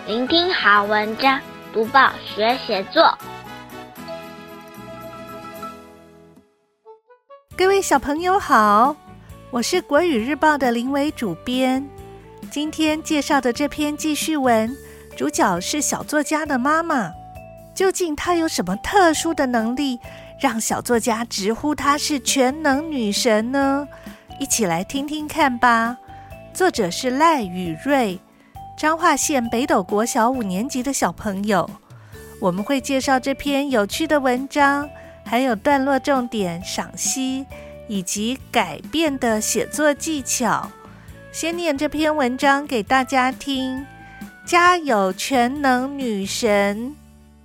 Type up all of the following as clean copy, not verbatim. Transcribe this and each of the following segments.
聆听好文章，读报学写作。 各位小朋友好，我是国语日报的林伟主编。今天介绍的这篇记叙文，主角是小作家的妈妈。究竟她有什么特殊的能力，让小作家直呼她是全能女神呢？一起来听听看吧。作者是赖宇瑞，彰化县北斗国小5年级的小朋友。我们会介绍这篇有趣的文章，还有段落重点赏析，以及改变的写作技巧。先念这篇文章给大家听。家有全能女神。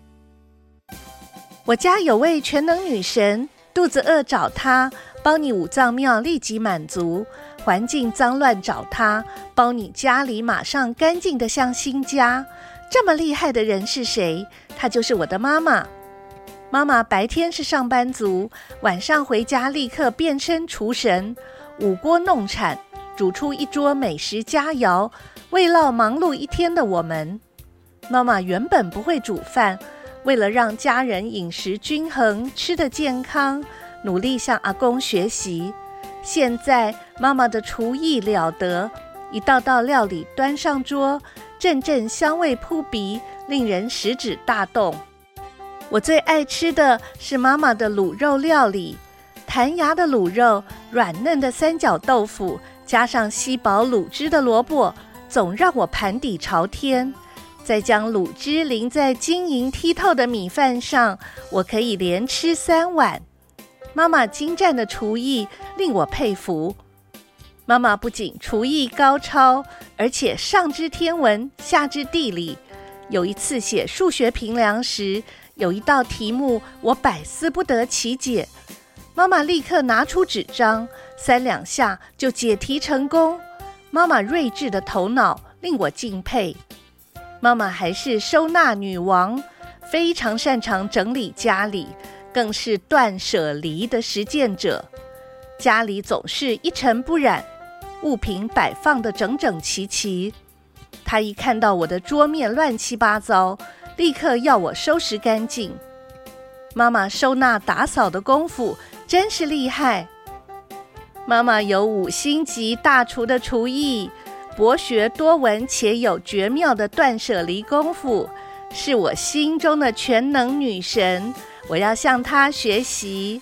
我家有位全能女神，肚子饿找她，包你五脏庙立即满足；环境脏乱找她，包你家里马上干净得像新家。这么厉害的人是谁？她就是我的妈妈。妈妈白天是上班族，晚上回家立刻变身厨神，五锅弄铲，煮出一桌美食佳肴，慰劳忙碌一天的我们。妈妈原本不会煮饭，为了让家人饮食均衡，吃得健康，努力向阿公学习。现在妈妈的厨艺了得，一道道料理端上桌，阵阵香味扑鼻，令人食指大动。我最爱吃的是妈妈的卤肉料理，弹牙的卤肉，软嫩的三角豆腐，加上吸饱卤汁的萝卜，总让我盘底朝天。再将卤汁淋在晶莹剔透的米饭上，我可以连吃3碗。妈妈精湛的厨艺令我佩服。妈妈不仅厨艺高超，而且上知天文，下知地理。有一次写数学评量时，有一道题目我百思不得其解，妈妈立刻拿出纸张，3两下就解题成功。妈妈睿智的头脑令我敬佩。妈妈还是收纳女王，非常擅长整理家里，更是断舍离的实践者。家里总是一尘不染，物品摆放得整整齐齐。她一看到我的桌面乱七八糟，立刻要我收拾干净。妈妈收纳打扫的功夫真是厉害。妈妈有5星级大厨的厨艺，博学多闻且有绝妙的断舍离功夫，是我心中的全能女神，我要向她学习。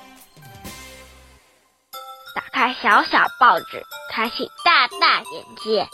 打开小小报纸，开启大大眼界。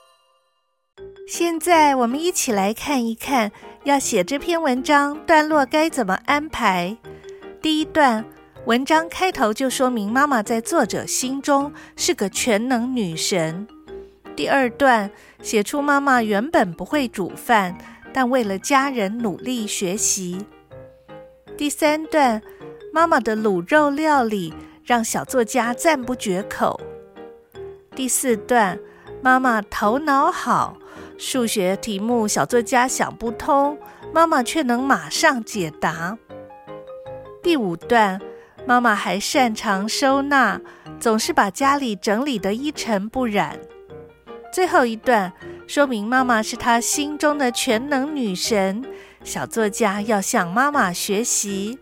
现在我们一起来看一看，要写这篇文章段落该怎么安排。第一段，文章开头就说明妈妈在作者心中是个全能女神。第二段，写出妈妈原本不会煮饭，但为了家人努力学习。第三段，妈妈的卤肉料理让小作家赞不绝口。第四段，妈妈头脑好，数学题目小作家想不通，妈妈却能马上解答。第五段，妈妈还擅长收纳，总是把家里整理得一尘不染。最后一段，说明妈妈是她心中的全能女神，小作家要向妈妈学习。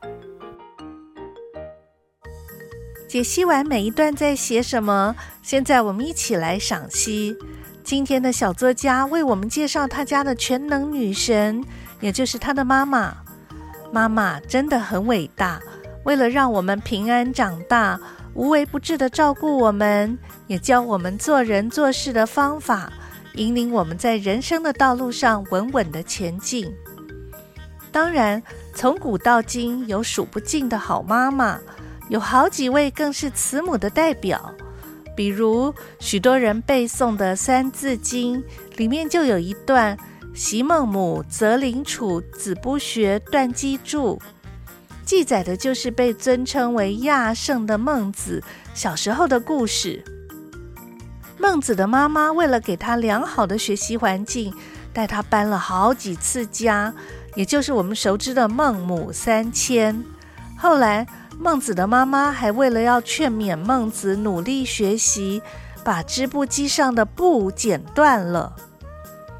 解析完每一段在写什么，现在我们一起来赏析。今天的小作家为我们介绍他家的全能女神，也就是他的妈妈。妈妈真的很伟大，为了让我们平安长大，无微不至地照顾我们，也教我们做人做事的方法，引领我们在人生的道路上稳稳地前进。当然，从古到今有数不尽的好妈妈，有好几位更是慈母的代表。比如许多人背诵的《三字经》里面就有一段习孟母，择邻处，子不学，断机杼，记载的就是被尊称为亚圣的孟子小时候的故事。孟子的妈妈为了给他良好的学习环境，带他搬了好几次家，也就是我们熟知的孟母三迁。后来孟子的妈妈还为了要劝勉孟子努力学习，把织布机上的布剪断了。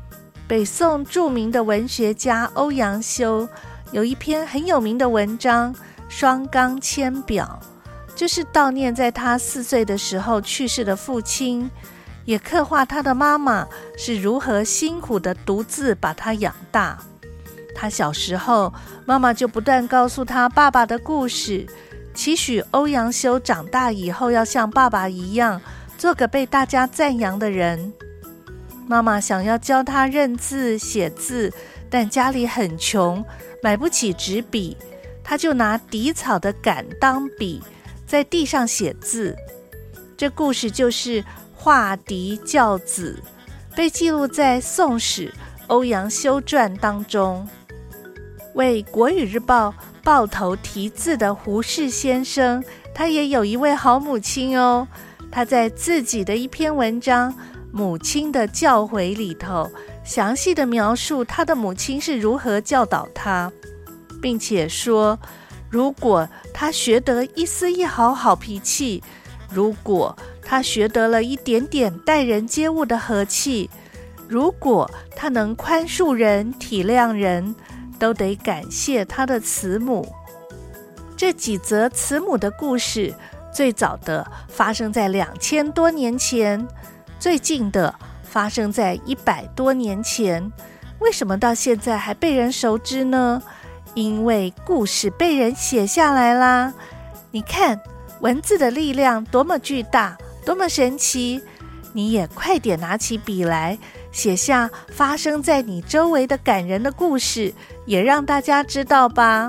北宋著名的文学家欧阳修有一篇很有名的文章《双钢千表》，就是悼念在他4岁的时候去世的父亲，也刻画他的妈妈是如何辛苦的独自把他养大。他小时候，妈妈就不断告诉他爸爸的故事，期许欧阳修长大以后要像爸爸一样，做个被大家赞扬的人。妈妈想要教他认字写字，但家里很穷，买不起纸笔，他就拿荻草的杆当笔，在地上写字。这故事就是画荻教子，被记录在《宋史·欧阳修传》当中。为国语日报报头题字的胡适先生，他也有一位好母亲哦。他在自己的一篇文章《母亲的教诲》里头，详细的描述他的母亲是如何教导他，并且说，如果他学得一丝一毫好脾气，如果他学得了一点点待人接物的和气，如果他能宽恕人体谅人，都得感谢他的慈母。这几则慈母的故事，最早的发生在2000多年前，最近的发生在100多年前。为什么到现在还被人熟知呢？因为故事被人写下来啦。你看，文字的力量多么巨大，多么神奇！你也快点拿起笔来，写下发生在你周围的感人的故事，也让大家知道吧。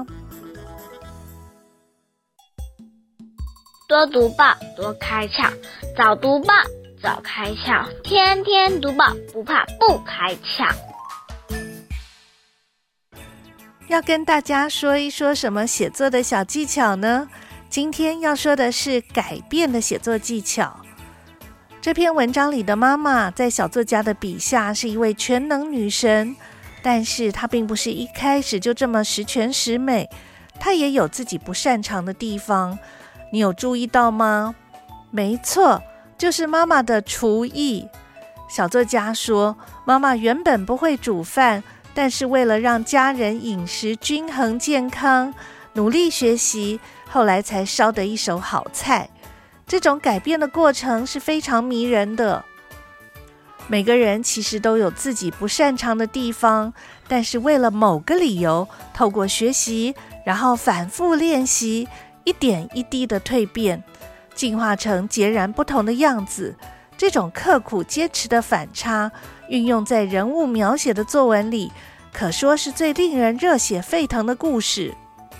多读报，多开窍；早读报，早开窍；天天读报，不怕不开窍。 要跟大家说一说什么写作的小技巧呢？今天要说的是改变的写作技巧。这篇文章里的妈妈在小作家的笔下是一位全能女神，但是她并不是一开始就这么十全十美，她也有自己不擅长的地方。你有注意到吗？没错，就是妈妈的厨艺。小作家说，妈妈原本不会煮饭，但是为了让家人饮食均衡健康，努力学习，后来才烧得一手好菜。这种改变的过程是非常迷人的。每个人其实都有自己不擅长的地方，但是为了某个理由，透过学习，然后反复练习，一点一滴的蜕变，进化成截然不同的样子。这种刻苦坚持的反差，运用在人物描写的作文里，可说是最令人热血沸腾的故事。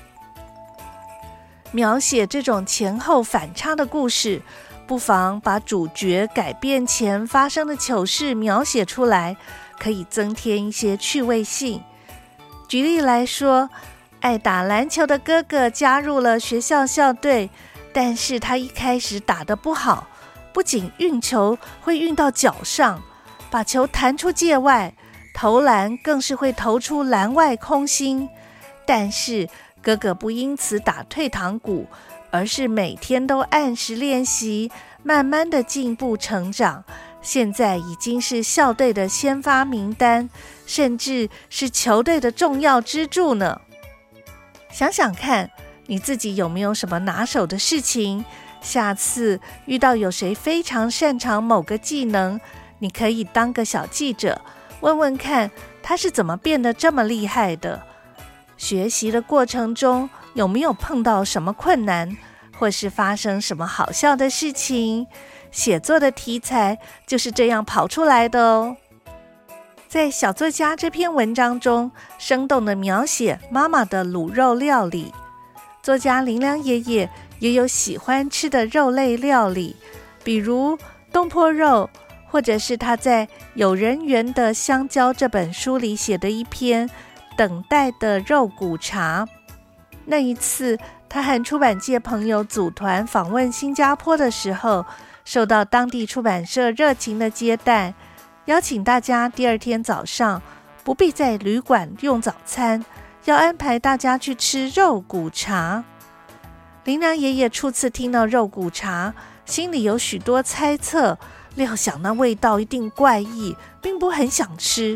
描写这种前后反差的故事，不妨把主角改变前发生的糗事描写出来，可以增添一些趣味性。举例来说，爱打篮球的哥哥加入了学校校队，但是他一开始打得不好，不仅运球会运到脚上，把球弹出界外，投篮更是会投出篮外空心。但是哥哥不因此打退堂鼓，而是每天都按时练习，慢慢的进步成长，现在已经是校队的先发名单，甚至是球队的重要支柱呢。想想看，你自己有没有什么拿手的事情？下次遇到有谁非常擅长某个技能，你可以当个小记者，问问看他是怎么变得这么厉害的。学习的过程中有没有碰到什么困难，或是发生什么好笑的事情？写作的题材就是这样跑出来的哦。在小作家这篇文章中，生动地描写妈妈的卤肉料理。作家林良爷爷也有喜欢吃的肉类料理，比如东坡肉，或者是他在《有人缘的香蕉》这本书里写的一篇等待的肉骨茶。那一次他和出版界朋友组团访问新加坡的时候，受到当地出版社热情的接待，邀请大家第二天早上不必在旅馆用早餐，要安排大家去吃肉骨茶。林良爷爷初次听到肉骨茶，心里有许多猜测，料想那味道一定怪异，并不很想吃。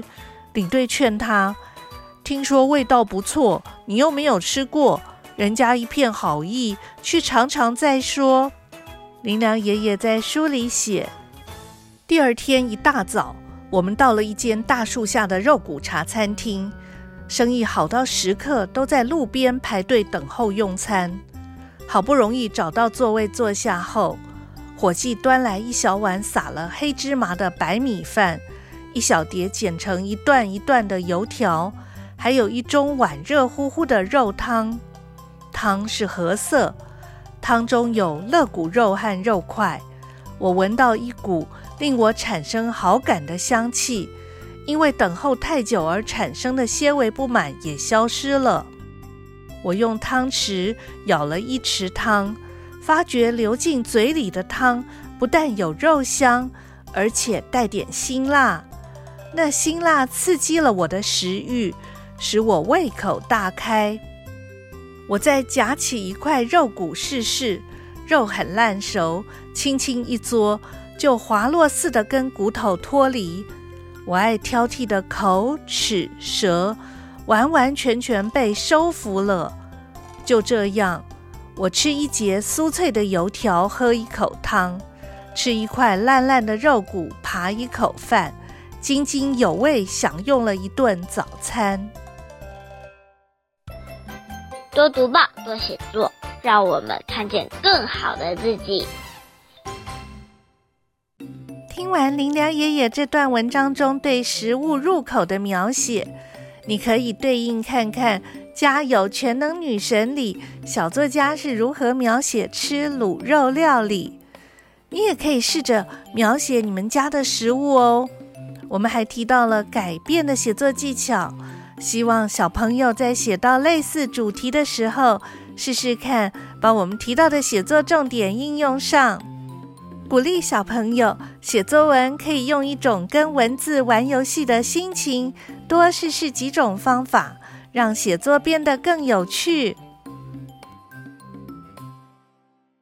领队劝他，听说味道不错，你又没有吃过，人家一片好意，去尝尝再说。林良爷爷在书里写，第二天一大早，我们到了一间大树下的肉骨茶餐厅，生意好到食客都在路边排队等候用餐。好不容易找到座位坐下后，伙计端来一小碗撒了黑芝麻的白米饭，一小碟剪成一段一段的油条，还有一盅碗热乎乎的肉汤。汤是褐色，汤中有肋骨肉和肉块。我闻到一股令我产生好感的香气，因为等候太久而产生的些微不满也消失了。我用汤匙舀了一匙汤，发觉流进嘴里的汤不但有肉香，而且带点辛辣。那辛辣刺激了我的食欲，使我胃口大开。我再夹起一块肉骨试试，肉很烂熟，轻轻一嘬就滑落似的跟骨头脱离。我爱挑剔的口、齿、舌完完全全被收服了。就这样，我吃一节酥脆的油条，喝一口汤，吃一块烂烂的肉骨，扒一口饭，津津有味享用了一顿早餐。 多读报，多写作，让我们看见更好的自己。 听完林良爷爷这段文章中对食物入口的描写，你可以对应看看《家有全能女神》里小作家是如何描写吃卤肉料理。你也可以试着描写你们家的食物哦。我们还提到了改变的写作技巧，希望小朋友在写到类似主题的时候，试试看把我们提到的写作重点应用上。鼓励小朋友写作文可以用一种跟文字玩游戏的心情，多试试几种方法，让写作变得更有趣。